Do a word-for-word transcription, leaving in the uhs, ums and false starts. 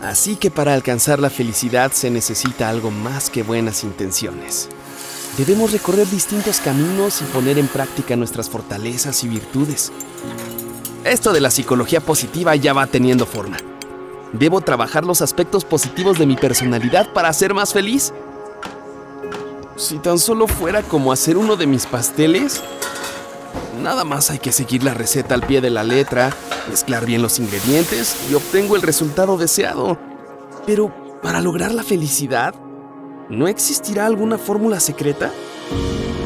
Así que para alcanzar la felicidad se necesita algo más que buenas intenciones. Debemos recorrer distintos caminos y poner en práctica nuestras fortalezas y virtudes. Esto de la psicología positiva ya va teniendo forma. Debo trabajar los aspectos positivos de mi personalidad para ser más feliz. Si tan solo fuera como hacer uno de mis pasteles, nada más hay que seguir la receta al pie de la letra, mezclar bien los ingredientes y obtengo el resultado deseado. Pero, para lograr la felicidad, ¿no existirá alguna fórmula secreta?